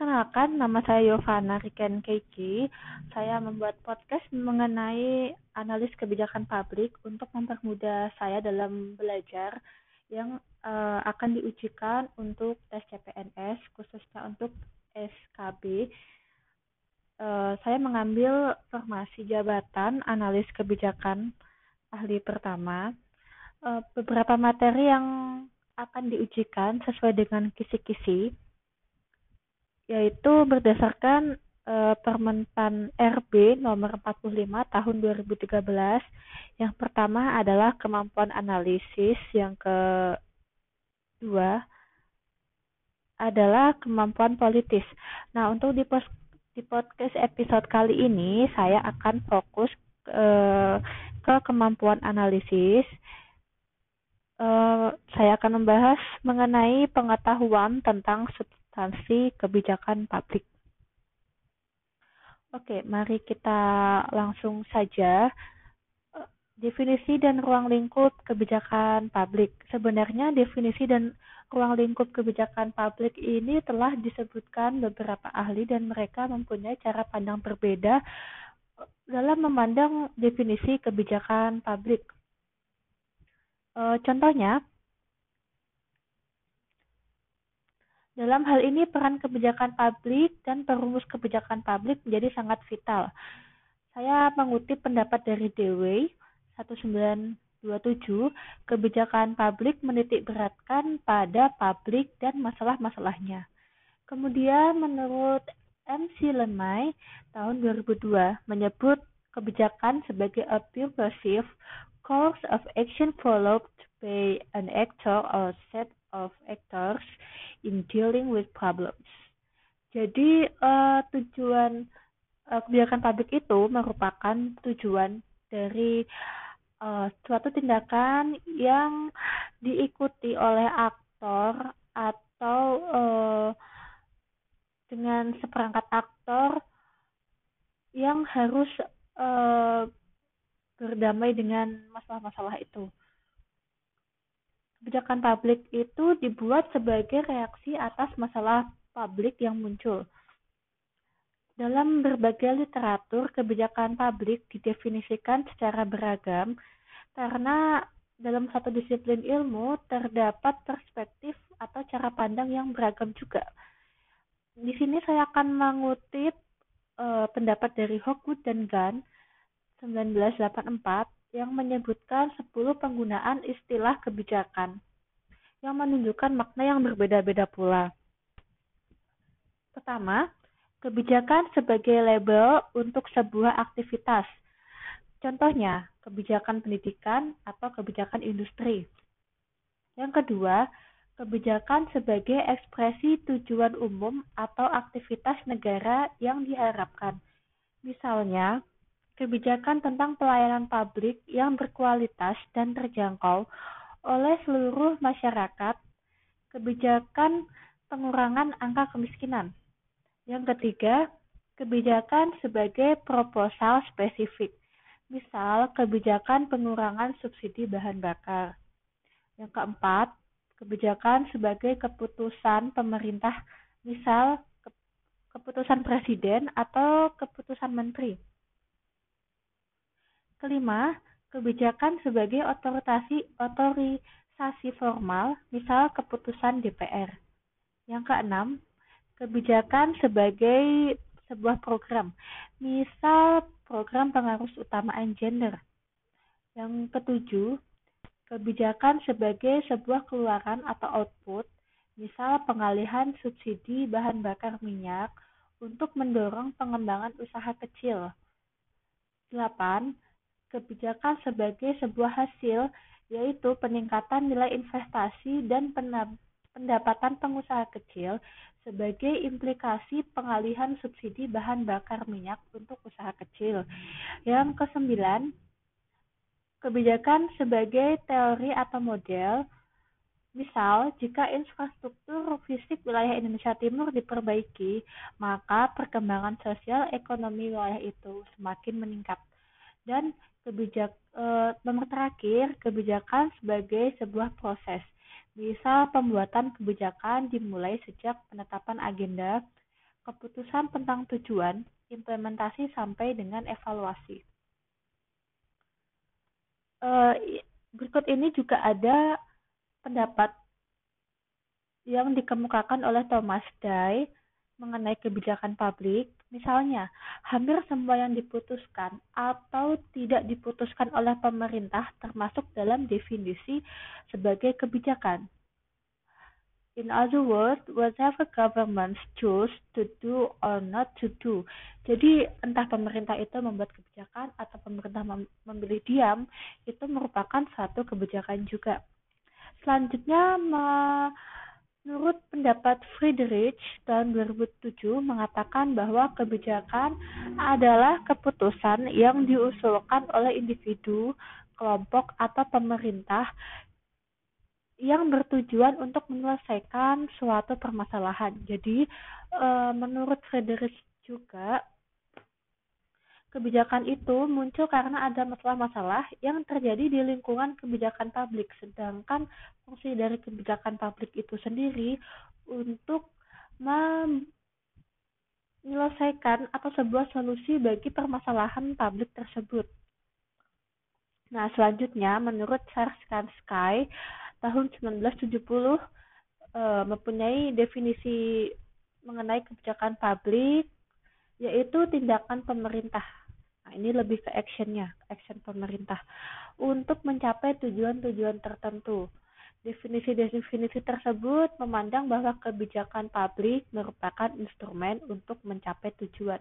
Perkenalkan, nama saya Yovana Riken Keiki. Saya membuat podcast mengenai analis kebijakan publik untuk mempermudah saya dalam belajar yang akan diujikan untuk tes CPNS, khususnya untuk SKB. Saya mengambil formasi jabatan analis kebijakan ahli pertama. Beberapa materi yang akan diujikan sesuai dengan kisi-kisi, yaitu berdasarkan Permenpan RB nomor 45 tahun 2013. Yang pertama adalah kemampuan analisis, yang kedua adalah kemampuan politis. Nah, untuk di podcast episode kali ini saya akan fokus ke kemampuan analisis. Saya akan membahas mengenai pengetahuan tentang substansi kebijakan publik. Oke, mari kita langsung saja. Definisi dan ruang lingkup kebijakan publik. Sebenarnya definisi dan ruang lingkup kebijakan publik ini telah disebutkan beberapa ahli dan mereka mempunyai cara pandang berbeda dalam memandang definisi kebijakan publik. Contohnya, dalam hal ini peran kebijakan publik dan perumus kebijakan publik menjadi sangat vital. Saya mengutip pendapat dari Dewey 1927, kebijakan publik menitikberatkan pada publik dan masalah-masalahnya. Kemudian menurut M.C. Lemay tahun 2002 menyebut kebijakan sebagai a purposive course of action followed by an actor or set of actors in dealing with problems. Jadi tujuan kebijakan publik itu merupakan tujuan dari suatu tindakan yang diikuti oleh aktor atau dengan seperangkat aktor yang harus berdamai dengan masalah-masalah itu. Kebijakan publik itu dibuat sebagai reaksi atas masalah publik yang muncul. Dalam berbagai literatur, kebijakan publik didefinisikan secara beragam karena dalam satu disiplin ilmu terdapat perspektif atau cara pandang yang beragam juga. Di sini saya akan mengutip pendapat dari Hogwood dan Gunn 1984 yang menyebutkan 10 penggunaan istilah kebijakan yang menunjukkan makna yang berbeda-beda pula. Pertama, kebijakan sebagai label untuk sebuah aktivitas. Contohnya, kebijakan pendidikan atau kebijakan industri. Yang kedua, kebijakan sebagai ekspresi tujuan umum atau aktivitas negara yang diharapkan. Misalnya, kebijakan tentang pelayanan publik yang berkualitas dan terjangkau oleh seluruh masyarakat, kebijakan pengurangan angka kemiskinan. Yang ketiga, kebijakan sebagai proposal spesifik, misal kebijakan pengurangan subsidi bahan bakar. Yang keempat, kebijakan sebagai keputusan pemerintah, misal keputusan presiden atau keputusan menteri. Kelima, kebijakan sebagai otorisasi formal, misal keputusan DPR. Yang keenam, kebijakan sebagai sebuah program, misal program pengarus utamaan gender. Yang ketujuh, kebijakan sebagai sebuah keluaran atau output, misal pengalihan subsidi bahan bakar minyak untuk mendorong pengembangan usaha kecil. 8. Kebijakan sebagai sebuah hasil, yaitu peningkatan nilai investasi dan pendapatan pengusaha kecil sebagai implikasi pengalihan subsidi bahan bakar minyak untuk usaha kecil. Yang kesembilan, kebijakan sebagai teori atau model. Misal, jika infrastruktur fisik wilayah Indonesia Timur diperbaiki, maka perkembangan sosial ekonomi wilayah itu semakin meningkat. Dan nomor terakhir, kebijakan sebagai sebuah proses. Misal, pembuatan kebijakan dimulai sejak penetapan agenda, keputusan tentang tujuan, implementasi sampai dengan evaluasi. Berikut ini juga ada pendapat yang dikemukakan oleh Thomas Day mengenai kebijakan publik. Misalnya, hampir semua yang diputuskan atau tidak diputuskan oleh pemerintah termasuk dalam definisi sebagai kebijakan. In other words, whatever governments choose to do or not to do. Jadi entah pemerintah itu membuat kebijakan atau pemerintah memilih diam, itu merupakan satu kebijakan juga. Selanjutnya, menurut pendapat Friedrich tahun 2007 mengatakan bahwa kebijakan adalah keputusan yang diusulkan oleh individu, kelompok, atau pemerintah yang bertujuan untuk menyelesaikan suatu permasalahan. Jadi, menurut Friedrich juga, kebijakan itu muncul karena ada masalah-masalah yang terjadi di lingkungan kebijakan publik, sedangkan fungsi dari kebijakan publik itu sendiri untuk menyelesaikan atau sebuah solusi bagi permasalahan publik tersebut. Nah, selanjutnya menurut Charles Kansky tahun 1970 mempunyai definisi mengenai kebijakan publik, yaitu tindakan pemerintah. Nah, ini lebih ke actionnya, action pemerintah untuk mencapai tujuan-tujuan tertentu. Definisi-definisi tersebut memandang bahwa kebijakan publik merupakan instrumen untuk mencapai tujuan.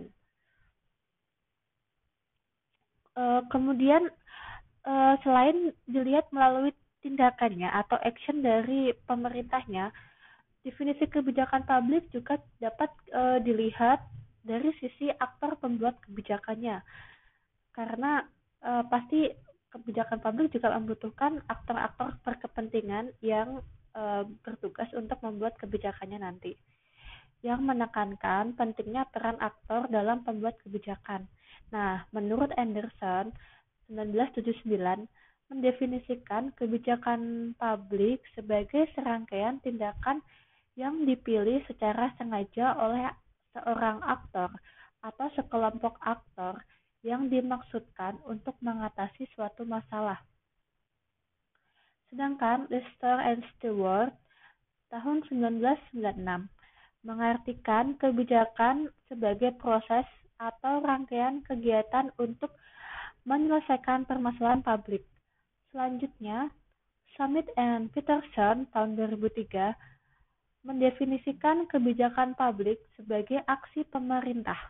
Kemudian selain dilihat melalui tindakannya atau action dari pemerintahnya, definisi kebijakan publik juga dapat dilihat dari sisi aktor pembuat kebijakannya. Karena pasti kebijakan publik juga membutuhkan aktor-aktor berkepentingan yang bertugas untuk membuat kebijakannya nanti. Yang menekankan pentingnya peran aktor dalam pembuat kebijakan. Nah, menurut Anderson, 1979 mendefinisikan kebijakan publik sebagai serangkaian tindakan yang dipilih secara sengaja oleh seorang aktor atau sekelompok aktor yang dimaksudkan untuk mengatasi suatu masalah. Sedangkan Lister and Stewart tahun 1996 mengartikan kebijakan sebagai proses atau rangkaian kegiatan untuk menyelesaikan permasalahan publik. Selanjutnya, Summit and Peterson tahun 2003 mendefinisikan kebijakan publik sebagai aksi pemerintah.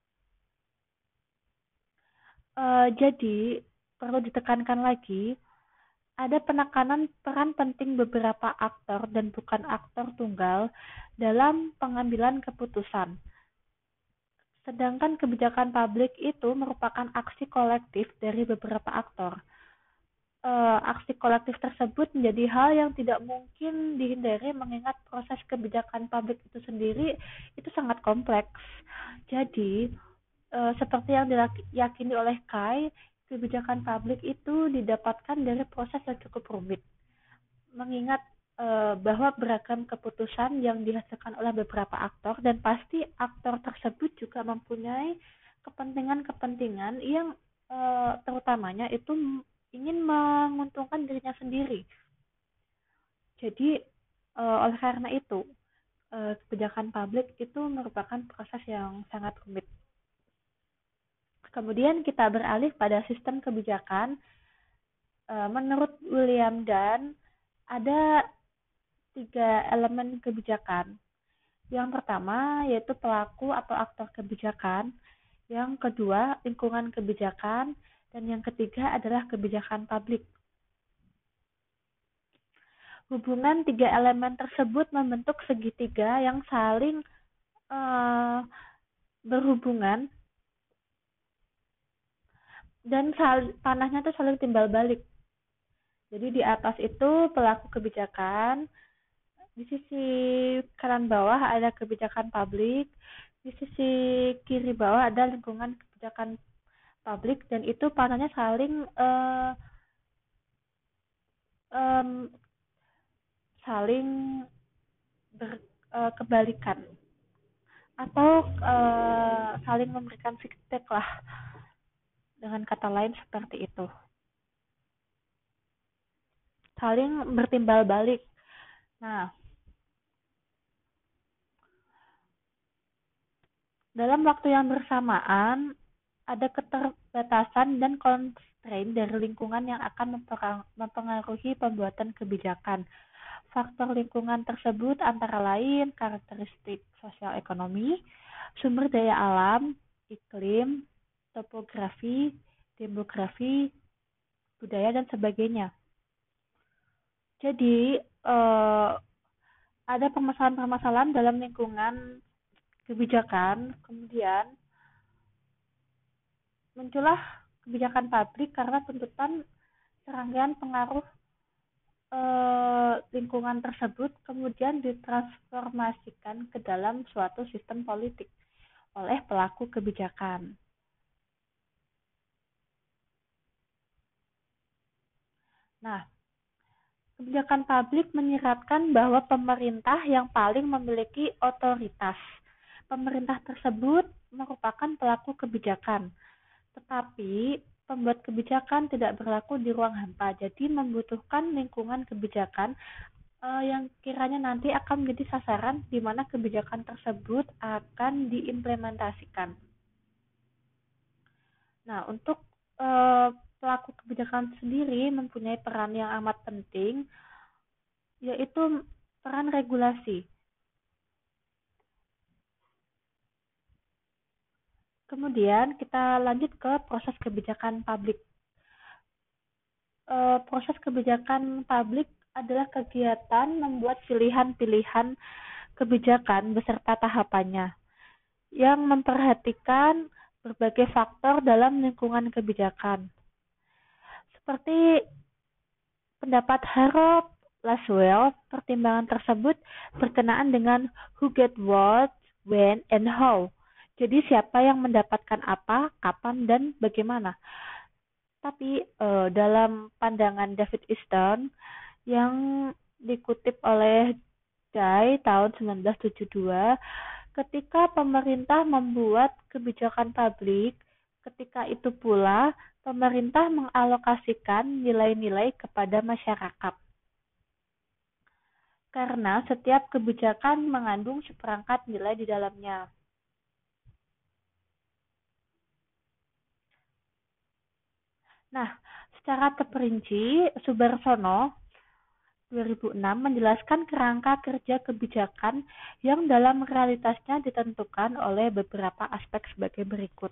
Jadi, perlu ditekankan lagi, ada penekanan peran penting beberapa aktor dan bukan aktor tunggal dalam pengambilan keputusan. Sedangkan kebijakan publik itu merupakan aksi kolektif dari beberapa aktor. Aksi kolektif tersebut menjadi hal yang tidak mungkin dihindari mengingat proses kebijakan publik itu sendiri itu sangat kompleks. Jadi, seperti yang diyakini oleh Kai, kebijakan publik itu didapatkan dari proses yang cukup rumit. Mengingat bahwa beragam keputusan yang dihasilkan oleh beberapa aktor dan pasti aktor tersebut juga mempunyai kepentingan-kepentingan yang terutamanya itu ingin menguntungkan dirinya sendiri. Jadi oleh karena itu kebijakan publik itu merupakan proses yang sangat rumit. Kemudian kita beralih pada sistem kebijakan. Menurut William Dunn, ada 3 elemen kebijakan. Yang pertama yaitu pelaku atau aktor kebijakan, yang kedua lingkungan kebijakan, dan yang ketiga adalah kebijakan publik. Hubungan 3 elemen tersebut membentuk segitiga yang saling berhubungan dan tanahnya itu saling timbal balik. Jadi di atas itu pelaku kebijakan, di sisi kanan bawah ada kebijakan publik, di sisi kiri bawah ada lingkungan kebijakan publik, dan itu panahnya saling berkebalikan. atau saling memberikan feedback lah, dengan kata lain seperti itu, saling bertimbal balik. Nah, dalam waktu yang bersamaan ada keterbatasan dan constraint dari lingkungan yang akan mempengaruhi pembuatan kebijakan. Faktor lingkungan tersebut antara lain karakteristik sosial ekonomi, sumber daya alam, iklim, topografi, demografi, budaya, dan sebagainya. Jadi, ada permasalahan-permasalahan dalam lingkungan kebijakan, kemudian muncullah kebijakan publik karena tuntutan serangkaian pengaruh lingkungan tersebut kemudian ditransformasikan ke dalam suatu sistem politik oleh pelaku kebijakan. Nah, kebijakan publik menyiratkan bahwa pemerintah yang paling memiliki otoritas. Pemerintah tersebut merupakan pelaku kebijakan, tetapi pembuat kebijakan tidak berlaku di ruang hampa, jadi membutuhkan lingkungan kebijakan yang kiranya nanti akan menjadi sasaran di mana kebijakan tersebut akan diimplementasikan. Nah, untuk pelaku kebijakan sendiri mempunyai peran yang amat penting, yaitu peran regulasi. Kemudian kita lanjut ke proses kebijakan publik. Proses kebijakan publik adalah kegiatan membuat pilihan-pilihan kebijakan beserta tahapannya yang memperhatikan berbagai faktor dalam lingkungan kebijakan. Seperti pendapat Harold Laswell, pertimbangan tersebut berkenaan dengan who get what, when, and how. Jadi siapa yang mendapatkan apa, kapan, dan bagaimana. Tapi dalam pandangan David Easton yang dikutip oleh Dye tahun 1972, ketika pemerintah membuat kebijakan publik, ketika itu pula pemerintah mengalokasikan nilai-nilai kepada masyarakat. Karena setiap kebijakan mengandung seperangkat nilai di dalamnya. Nah, secara terperinci, Subarsono 2006 menjelaskan kerangka kerja kebijakan yang dalam realitasnya ditentukan oleh beberapa aspek sebagai berikut.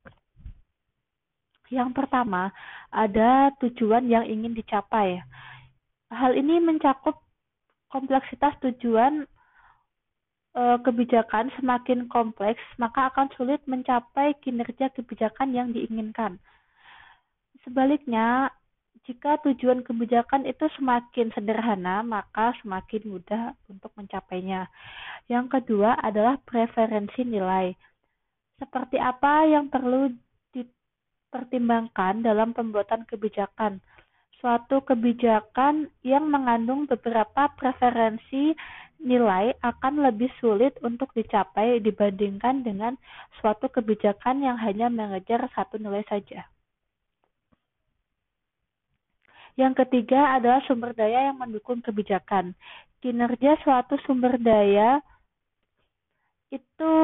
Yang pertama, ada tujuan yang ingin dicapai. Hal ini mencakup kompleksitas tujuan kebijakan. Semakin kompleks, maka akan sulit mencapai kinerja kebijakan yang diinginkan. Sebaliknya, jika tujuan kebijakan itu semakin sederhana, maka semakin mudah untuk mencapainya. Yang kedua adalah preferensi nilai. Seperti apa yang perlu dipertimbangkan dalam pembuatan kebijakan? Suatu kebijakan yang mengandung beberapa preferensi nilai akan lebih sulit untuk dicapai dibandingkan dengan suatu kebijakan yang hanya mengejar satu nilai saja. Yang ketiga adalah sumber daya yang mendukung kebijakan. Kinerja suatu sumber daya itu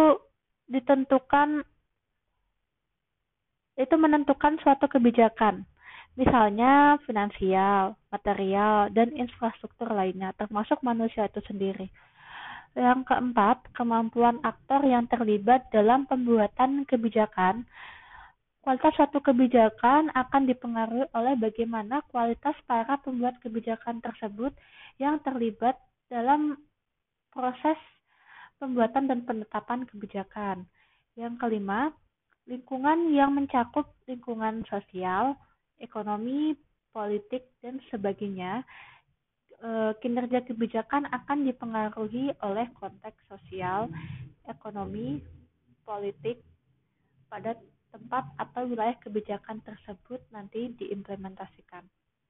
menentukan suatu kebijakan. Misalnya finansial, material, dan infrastruktur lainnya, termasuk manusia itu sendiri. Yang keempat, kemampuan aktor yang terlibat dalam pembuatan kebijakan. Kualitas suatu kebijakan akan dipengaruhi oleh bagaimana kualitas para pembuat kebijakan tersebut yang terlibat dalam proses pembuatan dan penetapan kebijakan. Yang kelima, lingkungan yang mencakup lingkungan sosial, ekonomi, politik, dan sebagainya. Kinerja kebijakan akan dipengaruhi oleh konteks sosial, ekonomi, politik pada tempat atau wilayah kebijakan tersebut nanti diimplementasikan.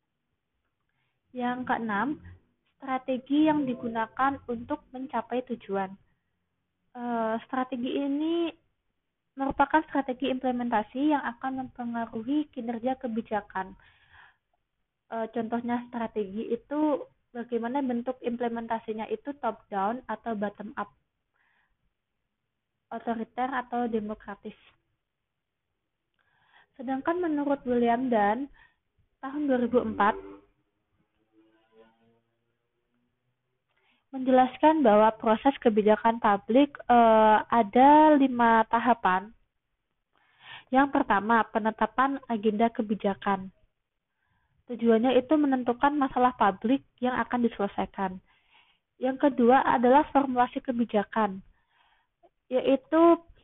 Yang keenam, strategi yang digunakan untuk mencapai tujuan. Strategi ini merupakan strategi implementasi yang akan mempengaruhi kinerja kebijakan. Contohnya strategi itu bagaimana bentuk implementasinya itu top down atau bottom up, otoriter atau demokratis. Sedangkan menurut William Dunn tahun 2004 menjelaskan bahwa proses kebijakan publik ada 5 tahapan. Yang pertama, penetapan agenda kebijakan. Tujuannya itu menentukan masalah publik yang akan diselesaikan. Yang kedua adalah formulasi kebijakan, yaitu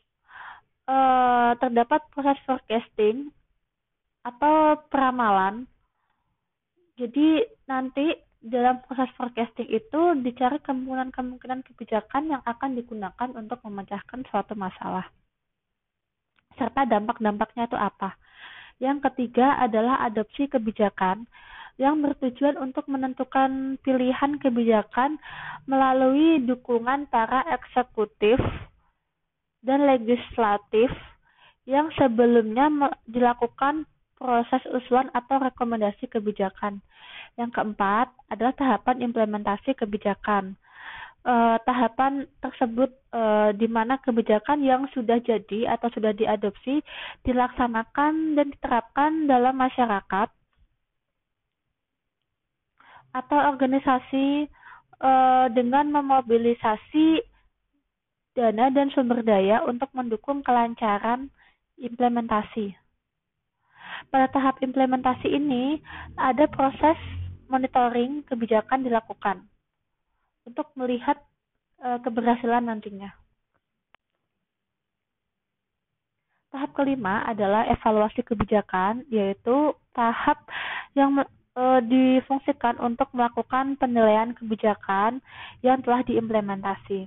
terdapat proses forecasting atau peramalan. Jadi nanti dalam proses forecasting itu dicari kemungkinan-kemungkinan kebijakan yang akan digunakan untuk memecahkan suatu masalah. Serta dampak-dampaknya itu apa. Yang ketiga adalah adopsi kebijakan yang bertujuan untuk menentukan pilihan kebijakan melalui dukungan para eksekutif dan legislatif yang sebelumnya dilakukan proses usulan atau rekomendasi kebijakan. Yang keempat adalah tahapan implementasi kebijakan. Tahapan tersebut di mana kebijakan yang sudah jadi atau sudah diadopsi dilaksanakan dan diterapkan dalam masyarakat atau organisasi dengan memobilisasi dana dan sumber daya untuk mendukung kelancaran implementasi. Pada tahap implementasi ini ada proses monitoring kebijakan dilakukan untuk melihat keberhasilan nantinya. Tahap kelima adalah evaluasi kebijakan, yaitu tahap yang difungsikan untuk melakukan penilaian kebijakan yang telah diimplementasi.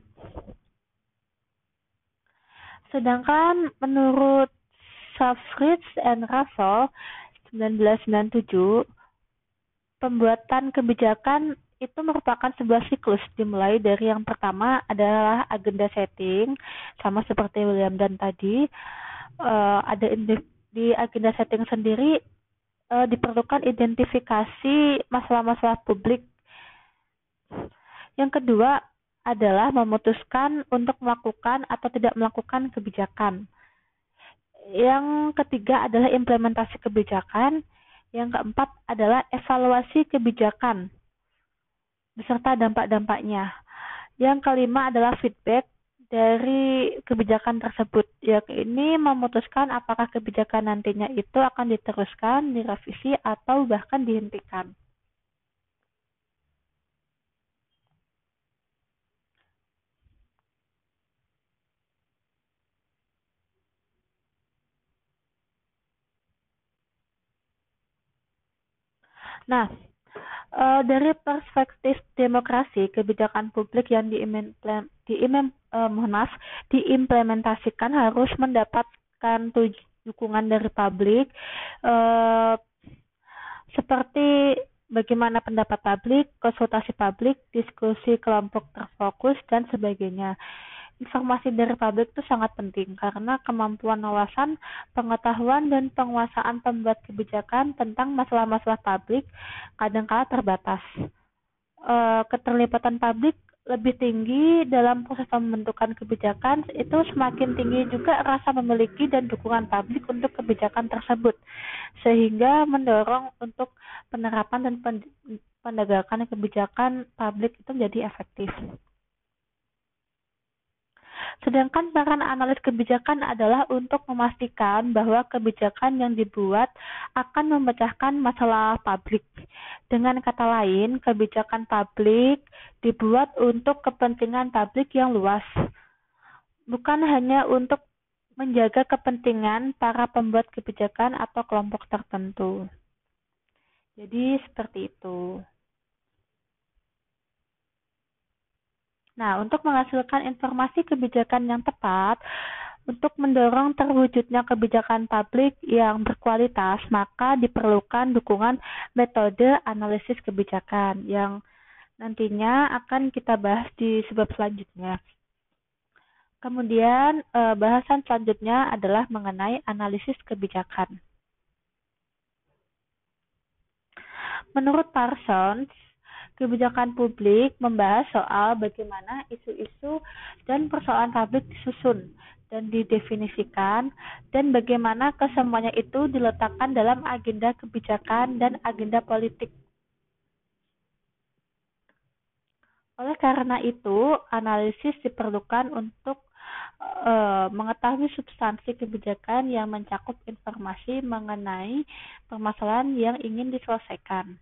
Sedangkan menurut Selfridge and Russell 1997, pembuatan kebijakan itu merupakan sebuah siklus, dimulai dari yang pertama adalah agenda setting, sama seperti William Dunn tadi. Ada di agenda setting sendiri diperlukan identifikasi masalah-masalah publik. Yang kedua adalah memutuskan untuk melakukan atau tidak melakukan kebijakan. Yang ketiga adalah implementasi kebijakan. Yang keempat adalah evaluasi kebijakan beserta dampak-dampaknya. Yang kelima adalah feedback dari kebijakan tersebut. Yang ini memutuskan apakah kebijakan nantinya itu akan diteruskan, direvisi, atau bahkan dihentikan. Nah, dari perspektif demokrasi, kebijakan publik yang diimplementasikan harus mendapatkan dukungan dari publik, seperti bagaimana pendapat publik, konsultasi publik, diskusi kelompok terfokus, dan sebagainya. Informasi dari publik itu sangat penting karena kemampuan wawasan, pengetahuan, dan penguasaan pembuat kebijakan tentang masalah-masalah publik kadangkala terbatas. Keterlibatan publik lebih tinggi dalam proses pembentukan kebijakan, itu semakin tinggi juga rasa memiliki dan dukungan publik untuk kebijakan tersebut, sehingga mendorong untuk penerapan dan penegakan kebijakan publik itu menjadi efektif. Sedangkan peran analis kebijakan adalah untuk memastikan bahwa kebijakan yang dibuat akan memecahkan masalah publik. Dengan kata lain, kebijakan publik dibuat untuk kepentingan publik yang luas, bukan hanya untuk menjaga kepentingan para pembuat kebijakan atau kelompok tertentu. Jadi seperti itu. Nah, untuk menghasilkan informasi kebijakan yang tepat, untuk mendorong terwujudnya kebijakan publik yang berkualitas, maka diperlukan dukungan metode analisis kebijakan yang nantinya akan kita bahas di sebab selanjutnya. Kemudian bahasan selanjutnya adalah mengenai analisis kebijakan. Menurut Parsons, kebijakan publik membahas soal bagaimana isu-isu dan persoalan publik disusun dan didefinisikan, dan bagaimana kesemuanya itu diletakkan dalam agenda kebijakan dan agenda politik. Oleh karena itu, analisis diperlukan untuk mengetahui substansi kebijakan yang mencakup informasi mengenai permasalahan yang ingin diselesaikan.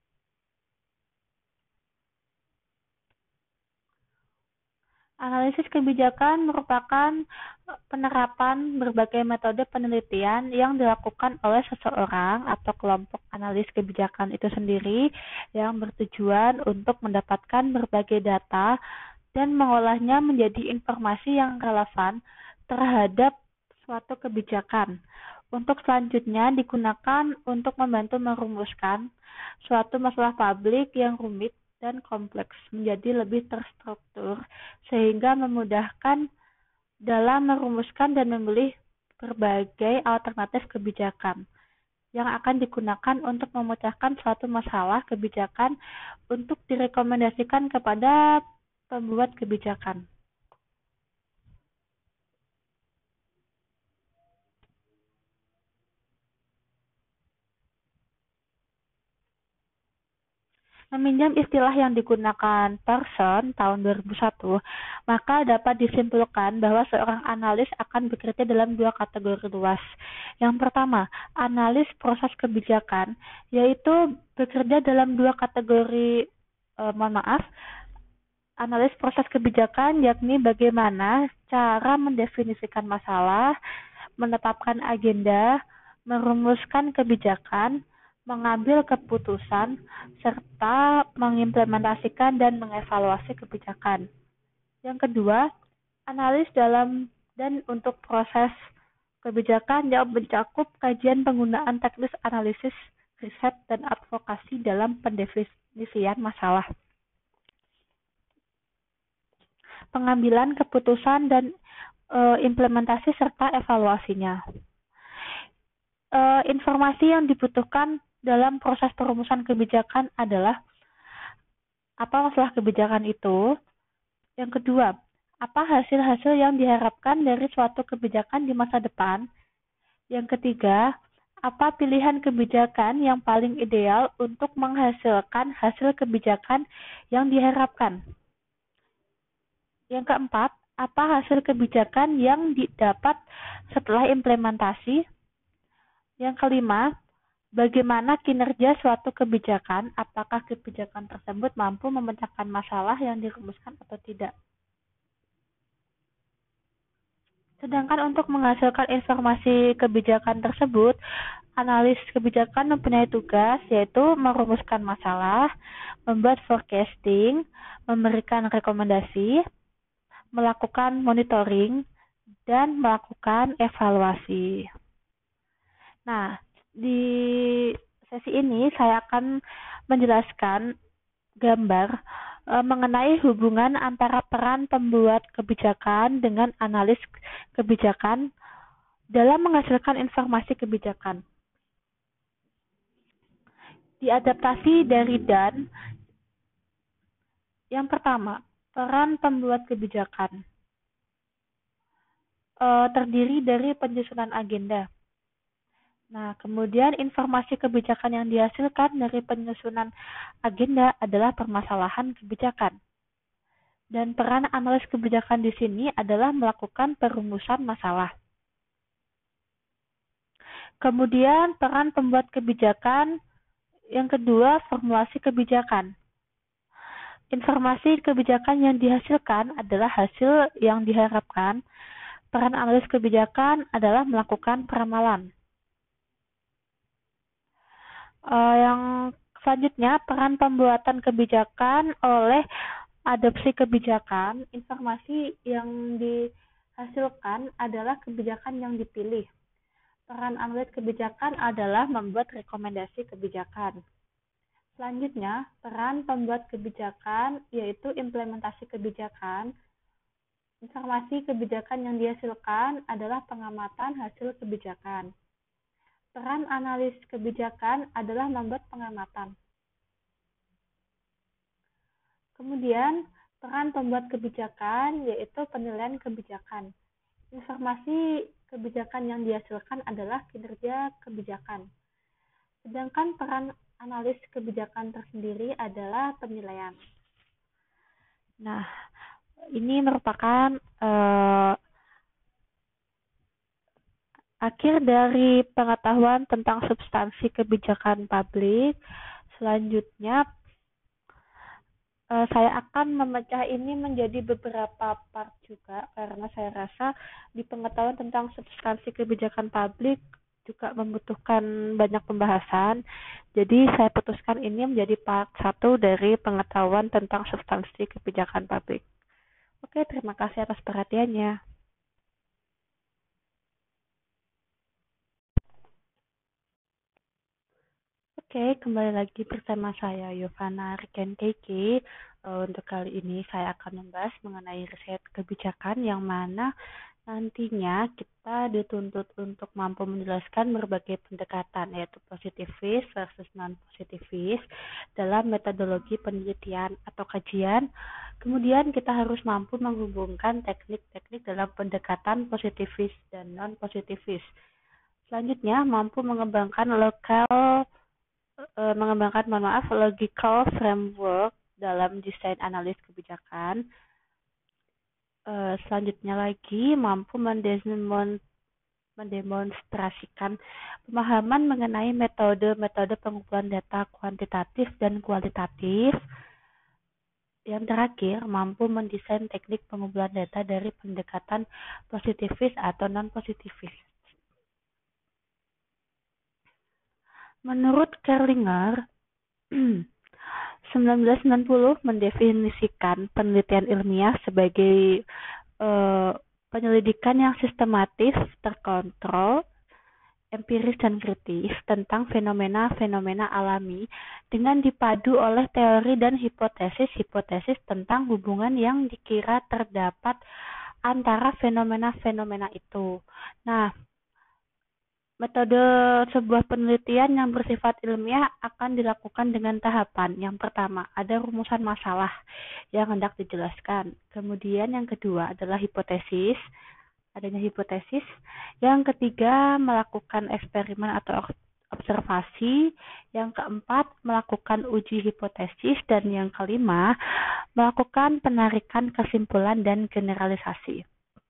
Analisis kebijakan merupakan penerapan berbagai metode penelitian yang dilakukan oleh seseorang atau kelompok analis kebijakan itu sendiri yang bertujuan untuk mendapatkan berbagai data dan mengolahnya menjadi informasi yang relevan terhadap suatu kebijakan. Untuk selanjutnya digunakan untuk membantu merumuskan suatu masalah publik yang rumit dan kompleks menjadi lebih terstruktur sehingga memudahkan dalam merumuskan dan memilih berbagai alternatif kebijakan yang akan digunakan untuk memecahkan suatu masalah kebijakan untuk direkomendasikan kepada pembuat kebijakan. Meminjam istilah yang digunakan Pearson tahun 2001, maka dapat disimpulkan bahwa seorang analis akan bekerja dalam dua kategori luas. Yang pertama, analis proses kebijakan, yaitu bekerja dalam dua kategori, analis proses kebijakan, yakni bagaimana cara mendefinisikan masalah, menetapkan agenda, merumuskan kebijakan, mengambil keputusan, serta mengimplementasikan dan mengevaluasi kebijakan. Yang kedua, analis dalam dan untuk proses kebijakan yang mencakup kajian penggunaan teknis analisis, riset, dan advokasi dalam pendefinisian masalah, pengambilan keputusan, dan implementasi serta evaluasinya. Informasi yang dibutuhkan dalam proses perumusan kebijakan adalah apa masalah kebijakan itu. Yang kedua, apa hasil-hasil yang diharapkan dari suatu kebijakan di masa depan. Yang ketiga, apa pilihan kebijakan yang paling ideal untuk menghasilkan hasil kebijakan yang diharapkan. Yang keempat, apa hasil kebijakan yang didapat setelah implementasi. Yang kelima, bagaimana kinerja suatu kebijakan, apakah kebijakan tersebut mampu memecahkan masalah yang dirumuskan atau tidak. Sedangkan untuk menghasilkan informasi kebijakan tersebut, analis kebijakan mempunyai tugas yaitu merumuskan masalah, membuat forecasting, memberikan rekomendasi, melakukan monitoring, dan melakukan evaluasi. Nah, di sesi ini saya akan menjelaskan gambar mengenai hubungan antara peran pembuat kebijakan dengan analis kebijakan dalam menghasilkan informasi kebijakan. Diadaptasi dari Dan. Yang pertama, peran pembuat kebijakan terdiri dari penyusunan agenda. Nah, kemudian informasi kebijakan yang dihasilkan dari penyusunan agenda adalah permasalahan kebijakan. Dan peran analis kebijakan di sini adalah melakukan perumusan masalah. Kemudian peran pembuat kebijakan yang kedua, formulasi kebijakan. Informasi kebijakan yang dihasilkan adalah hasil yang diharapkan. Peran analis kebijakan adalah melakukan peramalan. Yang selanjutnya, peran pembuatan kebijakan oleh adopsi kebijakan. Informasi yang dihasilkan adalah kebijakan yang dipilih. Peran analis kebijakan adalah membuat rekomendasi kebijakan. Selanjutnya, peran pembuat kebijakan yaitu implementasi kebijakan. Informasi kebijakan yang dihasilkan adalah pengamatan hasil kebijakan. Peran analis kebijakan adalah membuat pengamatan. Kemudian, peran pembuat kebijakan yaitu penilaian kebijakan. Informasi kebijakan yang dihasilkan adalah kinerja kebijakan. Sedangkan peran analis kebijakan tersendiri adalah penilaian. Nah, ini merupakan akhir dari pengetahuan tentang substansi kebijakan publik. Selanjutnya, saya akan memecah ini menjadi beberapa part juga, karena saya rasa di pengetahuan tentang substansi kebijakan publik juga membutuhkan banyak pembahasan. Jadi saya putuskan ini menjadi part 1 dari pengetahuan tentang substansi kebijakan publik. Oke, terima kasih atas perhatiannya. Oke, kembali lagi bersama saya Yovana Riken Keiki. Untuk kali ini saya akan membahas mengenai riset kebijakan yang mana nantinya kita dituntut untuk mampu menjelaskan berbagai pendekatan, yaitu positivis versus non-positivis dalam metodologi penelitian atau kajian. Kemudian kita harus mampu menghubungkan teknik-teknik dalam pendekatan positivis dan non-positivis. Selanjutnya, mampu mengembangkan logical framework dalam desain analis kebijakan. Selanjutnya lagi, mampu mendemonstrasikan pemahaman mengenai metode-metode pengumpulan data kuantitatif dan kualitatif. Yang terakhir, mampu mendesain teknik pengumpulan data dari pendekatan positivis atau non-positivis. Menurut Kerlinger, 1990 mendefinisikan penelitian ilmiah sebagai penyelidikan yang sistematis, terkontrol, empiris dan kritis tentang fenomena-fenomena alami dengan dipadu oleh teori dan hipotesis-hipotesis tentang hubungan yang dikira terdapat antara fenomena-fenomena itu. Nah, metode sebuah penelitian yang bersifat ilmiah akan dilakukan dengan tahapan. Yang pertama, ada rumusan masalah yang hendak dijelaskan. Kemudian yang kedua adalah hipotesis, adanya hipotesis. Yang ketiga, melakukan eksperimen atau observasi. Yang keempat, melakukan uji hipotesis. Dan yang kelima, melakukan penarikan kesimpulan dan generalisasi.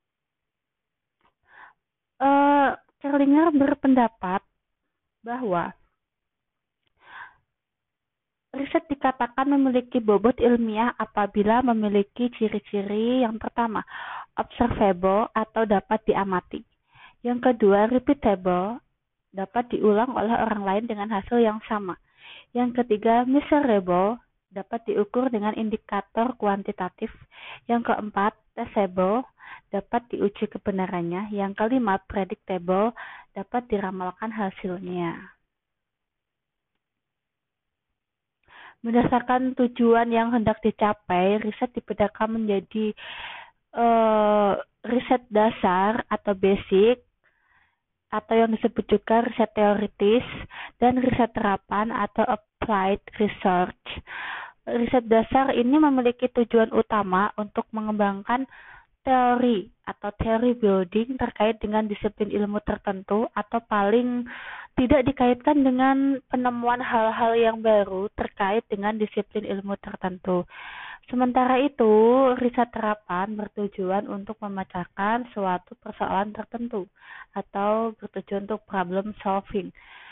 Kerlinger berpendapat bahwa riset dikatakan memiliki bobot ilmiah apabila memiliki ciri-ciri yang pertama, observable atau dapat diamati. Yang kedua, repeatable, dapat diulang oleh orang lain dengan hasil yang sama. Yang ketiga, measurable, dapat diukur dengan indikator kuantitatif. Yang keempat, testable, dapat diuji kebenarannya. Yang kelima, predictable, dapat diramalkan hasilnya. Berdasarkan tujuan yang hendak dicapai, riset dibedakan menjadi riset dasar atau basic, atau yang disebut juga riset teoritis, dan riset terapan atau applied research. Riset dasar ini memiliki tujuan utama untuk mengembangkan teori atau theory building terkait dengan disiplin ilmu tertentu atau paling tidak dikaitkan dengan penemuan hal-hal yang baru terkait dengan disiplin ilmu tertentu. Sementara itu, riset terapan bertujuan untuk memecahkan suatu persoalan tertentu atau bertujuan untuk problem solving.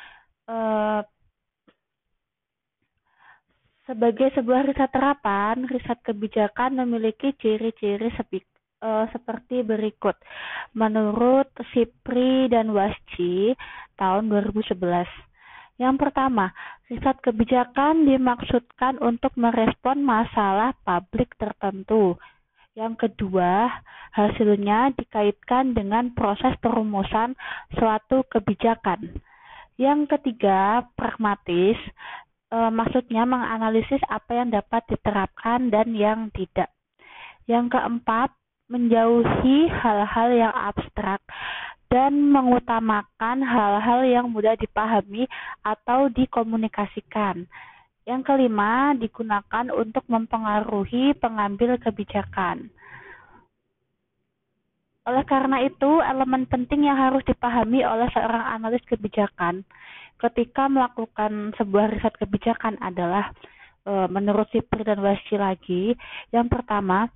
Sebagai sebuah riset terapan, riset kebijakan memiliki ciri-ciri seperti berikut. Menurut Sipri dan Wasji tahun 2011. Yang pertama, riset kebijakan dimaksudkan untuk merespon masalah publik tertentu. Yang kedua, hasilnya dikaitkan dengan proses perumusan suatu kebijakan. Yang ketiga, pragmatis. Maksudnya menganalisis apa yang dapat diterapkan dan yang tidak. Yang keempat, menjauhi hal-hal yang abstrak dan mengutamakan hal-hal yang mudah dipahami atau dikomunikasikan. Yang kelima, digunakan untuk mempengaruhi pengambil kebijakan. Oleh karena itu, elemen penting yang harus dipahami oleh seorang analis kebijakan ketika melakukan sebuah riset kebijakan adalah menurut Sipir dan Westi lagi, yang pertama,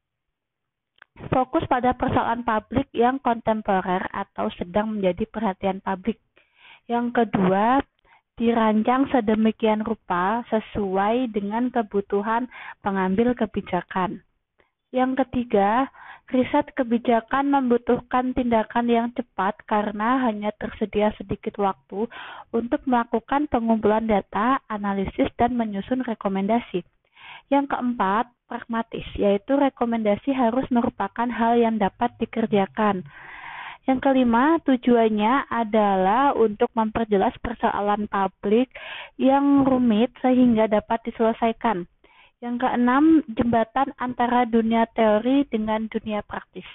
fokus pada persoalan publik yang kontemporer atau sedang menjadi perhatian publik. Yang kedua, dirancang sedemikian rupa sesuai dengan kebutuhan pengambil kebijakan. Yang ketiga, riset kebijakan membutuhkan tindakan yang cepat karena hanya tersedia sedikit waktu untuk melakukan pengumpulan data, analisis, dan menyusun rekomendasi. Yang keempat, pragmatis, yaitu rekomendasi harus merupakan hal yang dapat dikerjakan. Yang kelima, tujuannya adalah untuk memperjelas persoalan publik yang rumit sehingga dapat diselesaikan. Yang keenam, jembatan antara dunia teori dengan dunia praktis.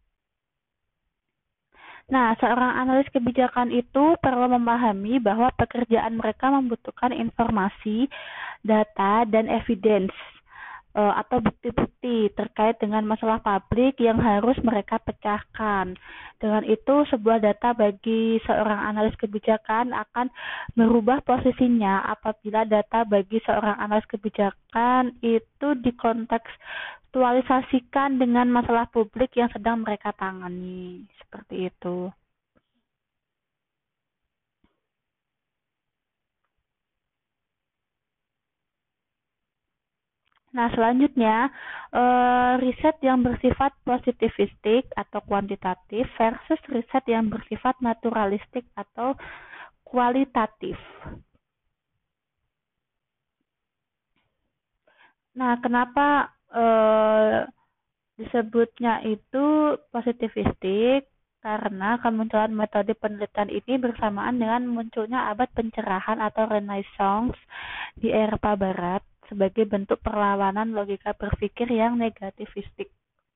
Nah, seorang analis kebijakan itu perlu memahami bahwa pekerjaan mereka membutuhkan informasi, data, dan evidence atau bukti-bukti terkait dengan masalah publik yang harus mereka pecahkan. Dengan itu, sebuah data bagi seorang analis kebijakan akan merubah posisinya apabila data bagi seorang analis kebijakan itu dikontekstualisasikan dengan masalah publik yang sedang mereka tangani. Seperti itu. Nah, selanjutnya, riset yang bersifat positivistik atau kuantitatif versus riset yang bersifat naturalistik atau kualitatif. Nah, kenapa disebutnya itu positivistik? Karena kemunculan metode penelitian ini bersamaan dengan munculnya abad pencerahan atau Renaissance di Eropa Barat sebagai bentuk perlawanan logika berpikir yang negativistik.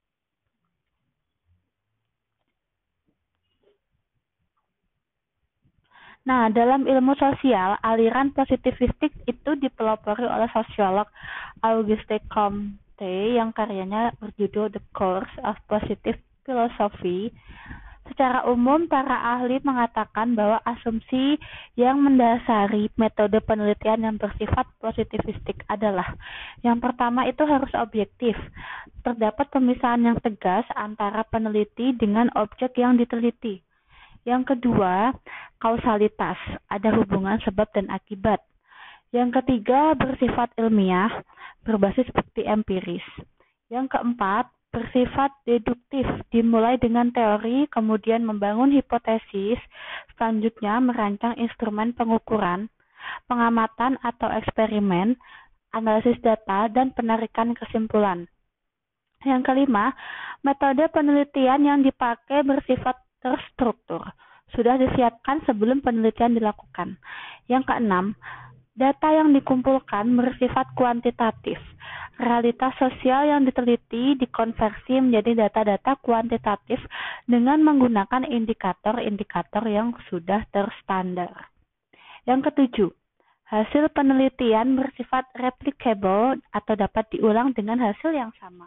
Nah, dalam ilmu sosial, aliran positivistik itu dipelopori oleh sosiolog Auguste Comte yang karyanya berjudul The Course of Positive Philosophy. Secara umum, para ahli mengatakan bahwa asumsi yang mendasari metode penelitian yang bersifat positivistik adalah yang pertama itu harus objektif. Terdapat pemisahan yang tegas antara peneliti dengan objek yang diteliti. Yang kedua, kausalitas, ada hubungan sebab dan akibat. Yang ketiga, bersifat ilmiah, berbasis bukti empiris. Yang keempat, bersifat deduktif, dimulai dengan teori, kemudian membangun hipotesis, selanjutnya merancang instrumen pengukuran, pengamatan atau eksperimen, analisis data, dan penarikan kesimpulan. Yang kelima, metode penelitian yang dipakai bersifat terstruktur, sudah disiapkan sebelum penelitian dilakukan. Yang keenam, data yang dikumpulkan bersifat kuantitatif. Realitas sosial yang diteliti dikonversi menjadi data-data kuantitatif dengan menggunakan indikator-indikator yang sudah terstandar. Yang ketujuh, hasil penelitian bersifat replicable atau dapat diulang dengan hasil yang sama.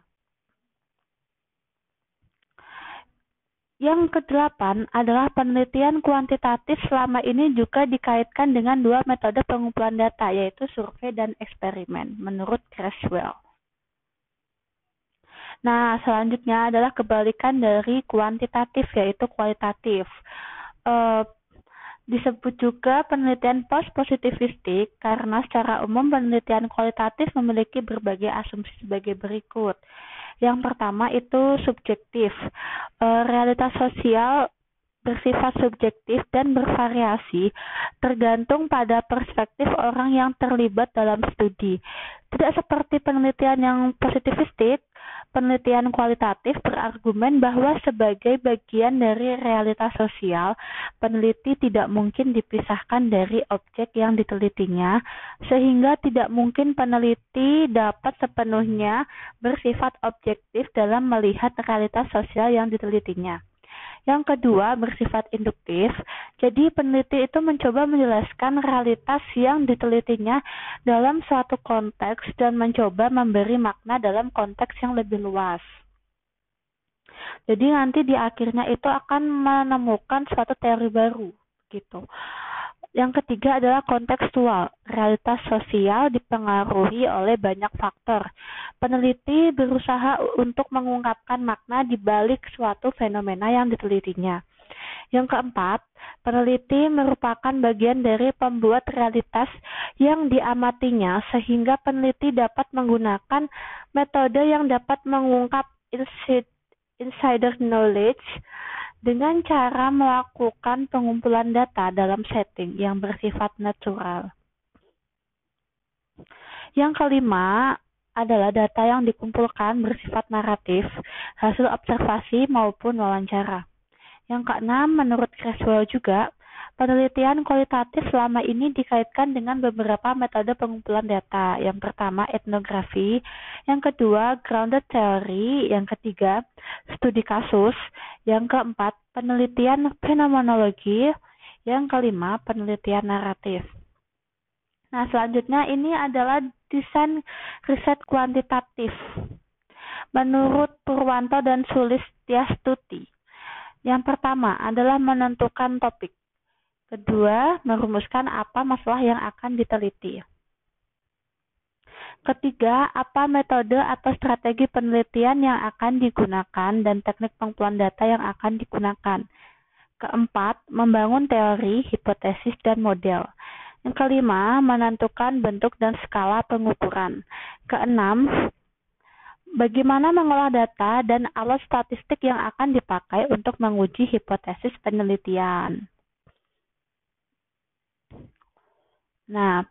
Yang kedelapan adalah penelitian kuantitatif selama ini juga dikaitkan dengan dua metode pengumpulan data, yaitu survei dan eksperimen, menurut Creswell. Nah, selanjutnya adalah kebalikan dari kuantitatif, yaitu kualitatif. Disebut juga penelitian post-positivistik karena secara umum penelitian kualitatif memiliki berbagai asumsi sebagai berikut. Yang pertama itu subjektif. Realitas sosial bersifat subjektif dan bervariasi tergantung pada perspektif orang yang terlibat dalam studi. Tidak seperti penelitian yang positivistik, penelitian kualitatif berargumen bahwa sebagai bagian dari realitas sosial, peneliti tidak mungkin dipisahkan dari objek yang ditelitinya, sehingga tidak mungkin peneliti dapat sepenuhnya bersifat objektif dalam melihat realitas sosial yang ditelitinya. Yang kedua, bersifat induktif. Jadi, peneliti itu mencoba menjelaskan realitas yang ditelitinya dalam suatu konteks dan mencoba memberi makna dalam konteks yang lebih luas. Jadi, nanti di akhirnya itu akan menemukan suatu teori baru, gitu. Yang ketiga adalah kontekstual. Realitas sosial dipengaruhi oleh banyak faktor. Peneliti berusaha untuk mengungkapkan makna di balik suatu fenomena yang ditelitinya. Yang keempat, peneliti merupakan bagian dari pembuat realitas yang diamatinya, sehingga peneliti dapat menggunakan metode yang dapat mengungkap insider knowledge dengan cara melakukan pengumpulan data dalam setting yang bersifat natural. Yang kelima adalah data yang dikumpulkan bersifat naratif, hasil observasi maupun wawancara. Yang keenam, menurut Creswell juga, penelitian kualitatif selama ini dikaitkan dengan beberapa metode pengumpulan data. Yang pertama, etnografi. Yang kedua, grounded theory. Yang ketiga, studi kasus. Yang keempat, penelitian fenomenologi. Yang kelima, penelitian naratif. Nah, selanjutnya ini adalah desain riset kuantitatif. Menurut Purwanto dan Sulistiastuti, yang pertama adalah menentukan topik. Kedua, merumuskan apa masalah yang akan diteliti. Ketiga, apa metode atau strategi penelitian yang akan digunakan dan teknik pengumpulan data yang akan digunakan. Keempat, membangun teori, hipotesis, dan model. Yang kelima, menentukan bentuk dan skala pengukuran. Keenam, bagaimana mengolah data dan alat statistik yang akan dipakai untuk menguji hipotesis penelitian. Nah,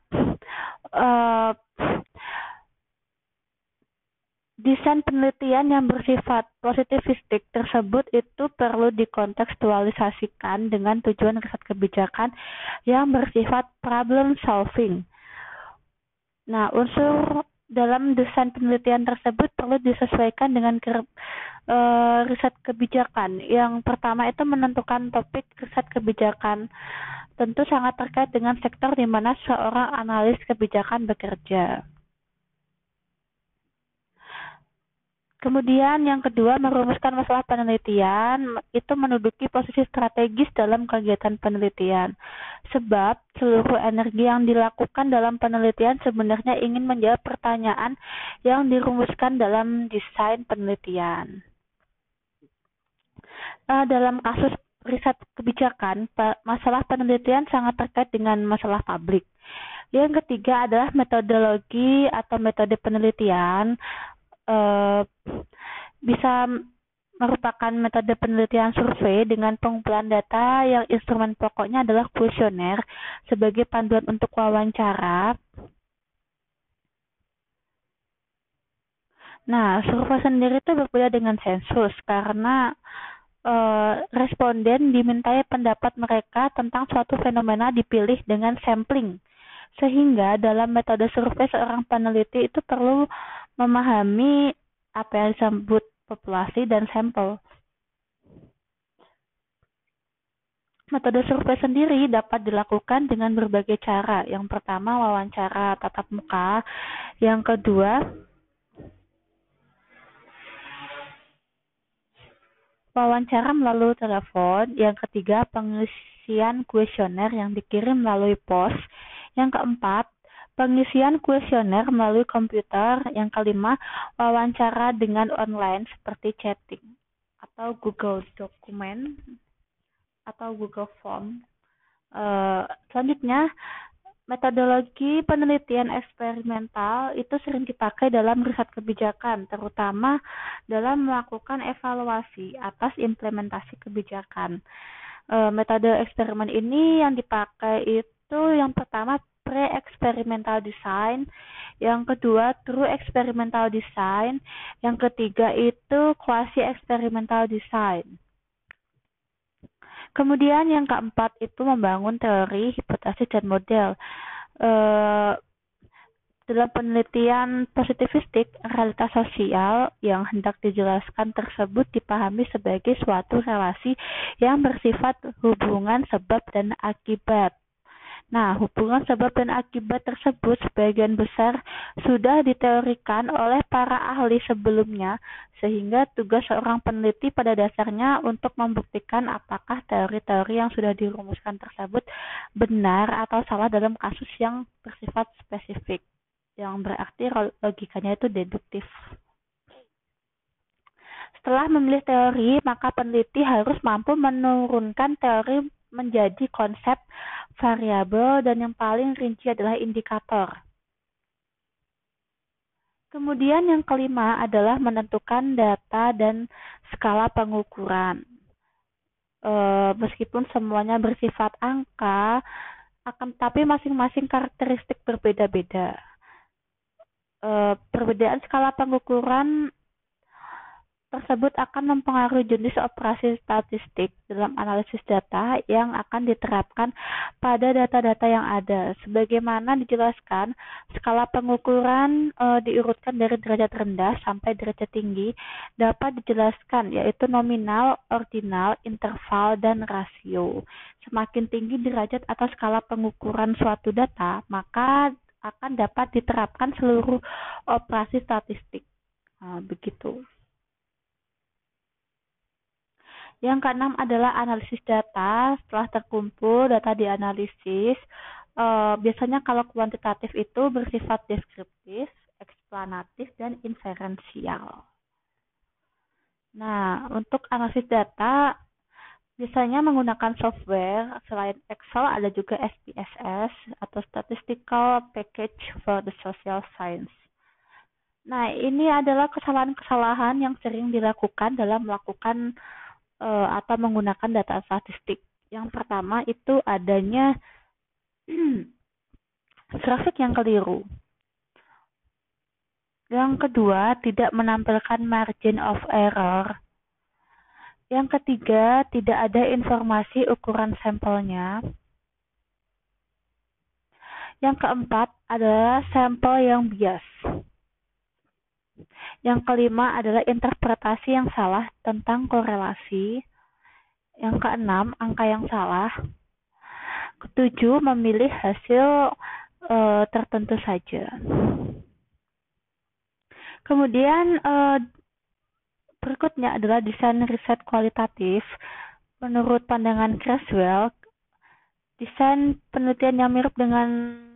desain penelitian yang bersifat positivistik tersebut itu perlu dikontekstualisasikan dengan tujuan riset kebijakan yang bersifat problem solving. Nah, unsur dalam desain penelitian tersebut perlu disesuaikan dengan riset kebijakan. Yang pertama itu menentukan topik riset kebijakan. Tentu sangat terkait dengan sektor di mana seorang analis kebijakan bekerja. Kemudian yang kedua, merumuskan masalah penelitian, itu menduduki posisi strategis dalam kegiatan penelitian. Sebab seluruh energi yang dilakukan dalam penelitian sebenarnya ingin menjawab pertanyaan yang dirumuskan dalam desain penelitian. Dalam kasus riset kebijakan, masalah penelitian sangat terkait dengan masalah publik. Yang ketiga adalah metodologi atau metode penelitian. Bisa merupakan metode penelitian survei dengan pengumpulan data yang instrumen pokoknya adalah kuesioner sebagai panduan untuk wawancara. Nah, survei sendiri itu berbeda dengan sensus karena responden dimintai pendapat mereka tentang suatu fenomena dipilih dengan sampling. Sehingga dalam metode survei seorang peneliti itu perlu memahami apa yang disebut populasi dan sampel. Metode survei sendiri dapat dilakukan dengan berbagai cara. Yang pertama, wawancara tatap muka. Yang kedua, wawancara melalui telepon. Yang ketiga, pengisian kuesioner yang dikirim melalui pos. Yang keempat, pengisian kuesioner melalui komputer. Yang kelima, wawancara dengan online seperti chatting atau Google Document atau Google Form. Selanjutnya, metodologi penelitian eksperimental itu sering dipakai dalam riset kebijakan, terutama dalam melakukan evaluasi atas implementasi kebijakan. Metode eksperimen ini yang dipakai itu yang pertama pre-experimental design, yang kedua true experimental design, yang ketiga itu quasi-experimental design. Kemudian yang keempat itu membangun teori, hipotesis, dan model. Dalam penelitian positivistik, realitas sosial yang hendak dijelaskan tersebut dipahami sebagai suatu relasi yang bersifat hubungan sebab dan akibat. Nah, hubungan sebab dan akibat tersebut sebagian besar sudah diteorikan oleh para ahli sebelumnya, sehingga tugas seorang peneliti pada dasarnya untuk membuktikan apakah teori-teori yang sudah dirumuskan tersebut benar atau salah dalam kasus yang bersifat spesifik, yang berarti logikanya itu deduktif. Setelah memilih teori, maka peneliti harus mampu menurunkan teori menjadi konsep, variabel, dan yang paling rinci adalah indikator. Kemudian yang kelima adalah menentukan data dan skala pengukuran. Meskipun semuanya bersifat angka, tapi masing-masing karakteristik berbeda-beda. Perbedaan skala pengukuran tersebut akan mempengaruhi jenis operasi statistik dalam analisis data yang akan diterapkan pada data-data yang ada. Sebagaimana dijelaskan, skala pengukuran diurutkan dari derajat rendah sampai derajat tinggi dapat dijelaskan, yaitu nominal, ordinal, interval, dan rasio. Semakin tinggi derajat atau skala pengukuran suatu data, maka akan dapat diterapkan seluruh operasi statistik. Begitu. Yang keenam adalah analisis data. Setelah terkumpul, data dianalisis. Biasanya kalau kuantitatif itu bersifat deskriptif, eksplanatif, dan inferensial. Nah, untuk analisis data, biasanya menggunakan software. Selain Excel, ada juga SPSS atau Statistical Package for the Social Science. Nah, ini adalah kesalahan-kesalahan yang sering dilakukan dalam melakukan atau menggunakan data statistik. Yang pertama itu adanya grafik yang keliru. Yang kedua, tidak menampilkan margin of error. Yang ketiga, tidak ada informasi ukuran sampelnya. Yang keempat adalah sampel yang bias. Yang kelima adalah interpretasi yang salah tentang korelasi. Yang keenam, angka yang salah. Ketujuh, memilih hasil tertentu saja. Kemudian berikutnya adalah desain riset kualitatif. Menurut pandangan Creswell, desain penelitian yang mirip dengan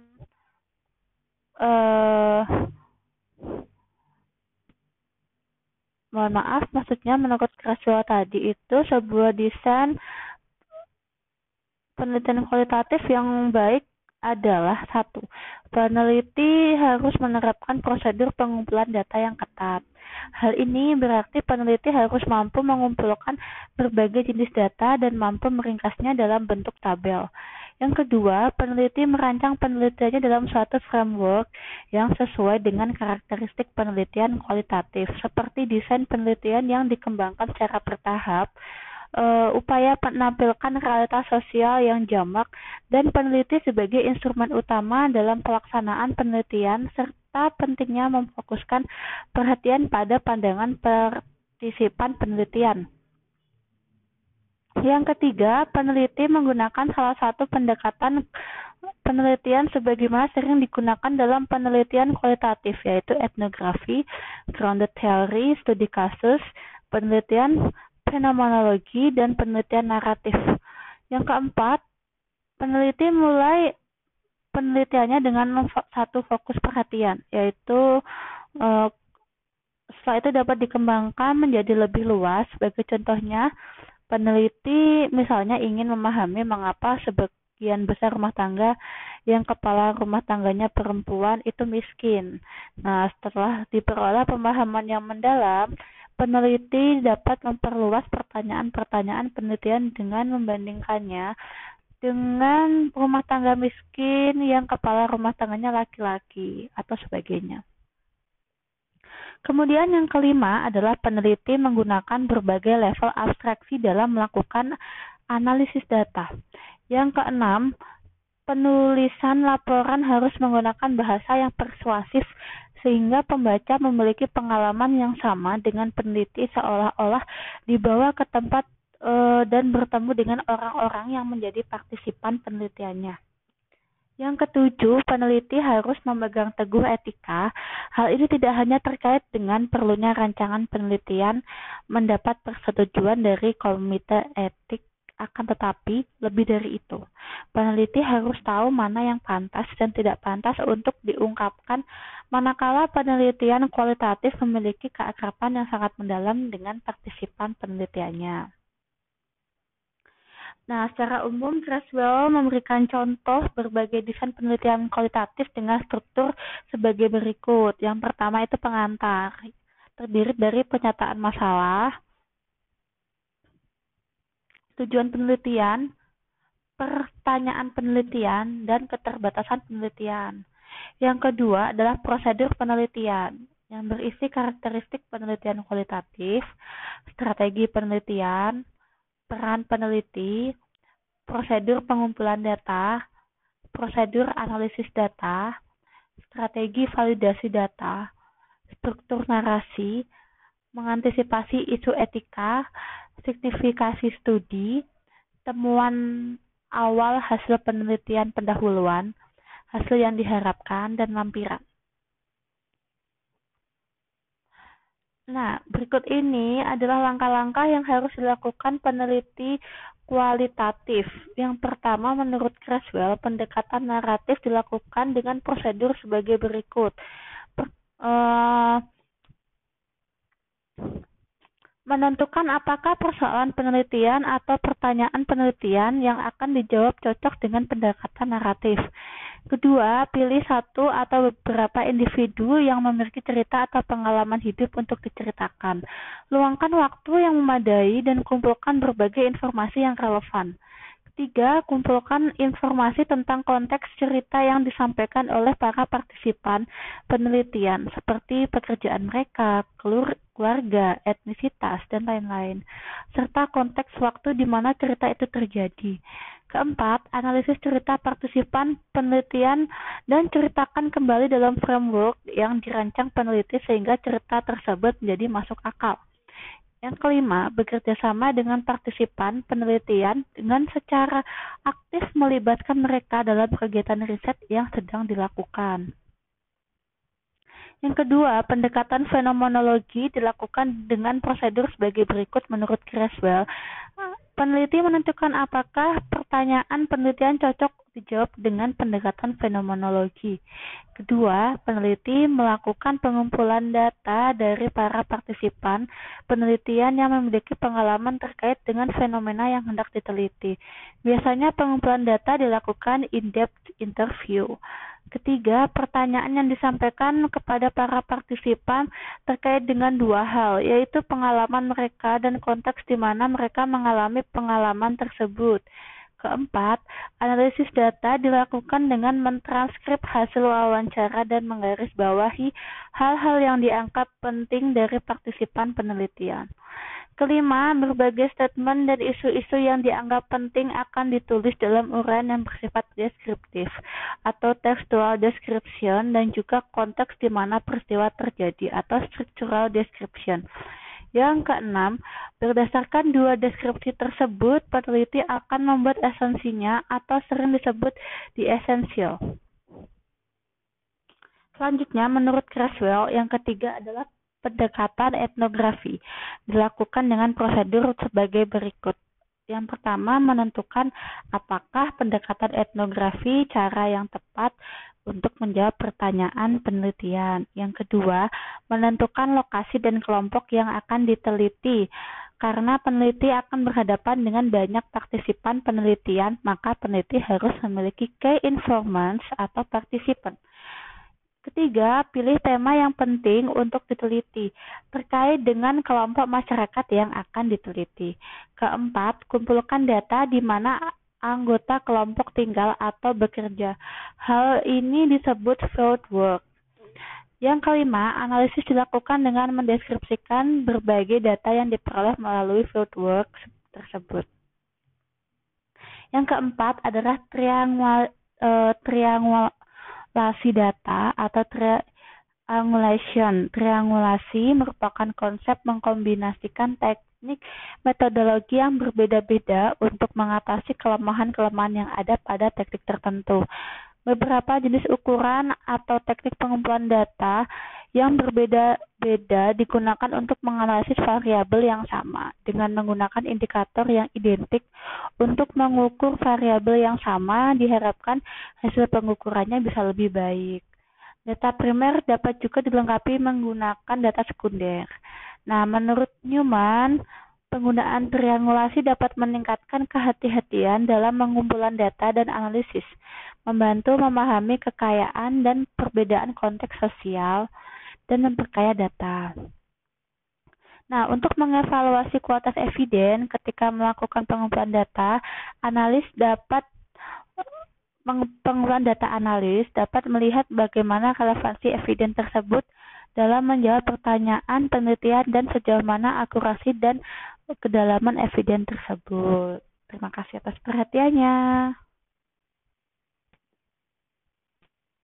maksudnya menurut Creswell tadi itu sebuah desain penelitian kualitatif yang baik adalah satu, peneliti harus menerapkan prosedur pengumpulan data yang ketat. Hal ini berarti peneliti harus mampu mengumpulkan berbagai jenis data dan mampu meringkasnya dalam bentuk tabel. Yang kedua, peneliti merancang penelitiannya dalam suatu framework yang sesuai dengan karakteristik penelitian kualitatif, seperti desain penelitian yang dikembangkan secara bertahap, upaya menampilkan realitas sosial yang jamak, dan peneliti sebagai instrumen utama dalam pelaksanaan penelitian, serta pentingnya memfokuskan perhatian pada pandangan partisipan penelitian. Yang ketiga, peneliti menggunakan salah satu pendekatan penelitian sebagaimana sering digunakan dalam penelitian kualitatif, yaitu etnografi, grounded theory, studi kasus, penelitian fenomenologi, dan penelitian naratif. Yang keempat, peneliti mulai penelitiannya dengan satu fokus perhatian, yaitu setelah itu dapat dikembangkan menjadi lebih luas. Sebagai contohnya, peneliti misalnya ingin memahami mengapa sebagian besar rumah tangga yang kepala rumah tangganya perempuan itu miskin. Nah, setelah diperoleh pemahaman yang mendalam, peneliti dapat memperluas pertanyaan-pertanyaan penelitian dengan membandingkannya dengan rumah tangga miskin yang kepala rumah tangganya laki-laki atau sebagainya. Kemudian yang kelima adalah peneliti menggunakan berbagai level abstraksi dalam melakukan analisis data. Yang keenam, penulisan laporan harus menggunakan bahasa yang persuasif sehingga pembaca memiliki pengalaman yang sama dengan peneliti, seolah-olah dibawa ke tempat dan bertemu dengan orang-orang yang menjadi partisipan penelitiannya. Yang ketujuh, peneliti harus memegang teguh etika. Hal ini tidak hanya terkait dengan perlunya rancangan penelitian mendapat persetujuan dari komite etik, akan tetapi lebih dari itu. Peneliti harus tahu mana yang pantas dan tidak pantas untuk diungkapkan, manakala penelitian kualitatif memiliki keakraban yang sangat mendalam dengan partisipan penelitiannya. Nah, secara umum, Creswell memberikan contoh berbagai desain penelitian kualitatif dengan struktur sebagai berikut. Yang pertama itu pengantar, terdiri dari pernyataan masalah, tujuan penelitian, pertanyaan penelitian, dan keterbatasan penelitian. Yang kedua adalah prosedur penelitian, yang berisi karakteristik penelitian kualitatif, strategi penelitian, peran peneliti, prosedur pengumpulan data, prosedur analisis data, strategi validasi data, struktur narasi, mengantisipasi isu etika, signifikasi studi, temuan awal hasil penelitian pendahuluan, hasil yang diharapkan, dan lampiran. Nah, berikut ini adalah langkah-langkah yang harus dilakukan peneliti kualitatif. Yang pertama, menurut Creswell, pendekatan naratif dilakukan dengan prosedur sebagai berikut. Menentukan apakah persoalan penelitian atau pertanyaan penelitian yang akan dijawab cocok dengan pendekatan naratif. Kedua, pilih satu atau beberapa individu yang memiliki cerita atau pengalaman hidup untuk diceritakan. Luangkan waktu yang memadai dan kumpulkan berbagai informasi yang relevan. Ketiga, kumpulkan informasi tentang konteks cerita yang disampaikan oleh para partisipan penelitian, seperti pekerjaan mereka, keluarga, etnisitas, dan lain-lain, serta konteks waktu di mana cerita itu terjadi. Keempat, analisis cerita partisipan penelitian dan ceritakan kembali dalam framework yang dirancang peneliti sehingga cerita tersebut menjadi masuk akal. Yang kelima, bekerja sama dengan partisipan penelitian dengan secara aktif melibatkan mereka dalam kegiatan riset yang sedang dilakukan. Yang kedua, pendekatan fenomenologi dilakukan dengan prosedur sebagai berikut menurut Creswell. Peneliti menentukan apakah pertanyaan penelitian cocok dijawab dengan pendekatan fenomenologi. Kedua, peneliti melakukan pengumpulan data dari para partisipan penelitian yang memiliki pengalaman terkait dengan fenomena yang hendak diteliti. Biasanya pengumpulan data dilakukan in-depth interview. Ketiga, pertanyaan yang disampaikan kepada para partisipan terkait dengan dua hal, yaitu pengalaman mereka dan konteks di mana mereka mengalami pengalaman tersebut. Keempat, analisis data dilakukan dengan mentranskrip hasil wawancara dan menggarisbawahi hal-hal yang dianggap penting dari partisipan penelitian. Kelima, berbagai statement dan isu-isu yang dianggap penting akan ditulis dalam uraian yang bersifat deskriptif atau textual description dan juga konteks di mana peristiwa terjadi atau structural description. Yang keenam, berdasarkan dua deskripsi tersebut, peneliti akan membuat esensinya atau sering disebut the essential. Selanjutnya, menurut Creswell, yang ketiga adalah pendekatan etnografi, dilakukan dengan prosedur sebagai berikut. Yang pertama, menentukan apakah pendekatan etnografi cara yang tepat untuk menjawab pertanyaan penelitian. Yang kedua, menentukan lokasi dan kelompok yang akan diteliti. Karena peneliti akan berhadapan dengan banyak partisipan penelitian, maka peneliti harus memiliki key informants atau partisipan. Ketiga, pilih tema yang penting untuk diteliti, terkait dengan kelompok masyarakat yang akan diteliti. Keempat, kumpulkan data di mana anggota kelompok tinggal atau bekerja. Hal ini disebut fieldwork. Yang kelima, analisis dilakukan dengan mendeskripsikan berbagai data yang diperoleh melalui fieldwork tersebut. Yang keempat adalah triangulasi data atau triangulation. Triangulasi merupakan konsep mengkombinasikan teknik metodologi yang berbeda-beda untuk mengatasi kelemahan-kelemahan yang ada pada teknik tertentu. Beberapa jenis ukuran atau teknik pengumpulan data yang berbeda-beda digunakan untuk menganalisis variabel yang sama dengan menggunakan indikator yang identik. Untuk mengukur variabel yang sama, diharapkan hasil pengukurannya bisa lebih baik. Data primer dapat juga dilengkapi menggunakan data sekunder. Nah, menurut Newman, penggunaan triangulasi dapat meningkatkan kehati-hatian dalam pengumpulan data dan analisis, membantu memahami kekayaan dan perbedaan konteks sosial, dan memperkaya data. Nah, untuk mengevaluasi kualitas eviden ketika melakukan pengumpulan data, pengumpulan data analis dapat melihat bagaimana relevansi eviden tersebut dalam menjawab pertanyaan penelitian dan sejauh mana akurasi dan kedalaman eviden tersebut. Terima kasih atas perhatiannya.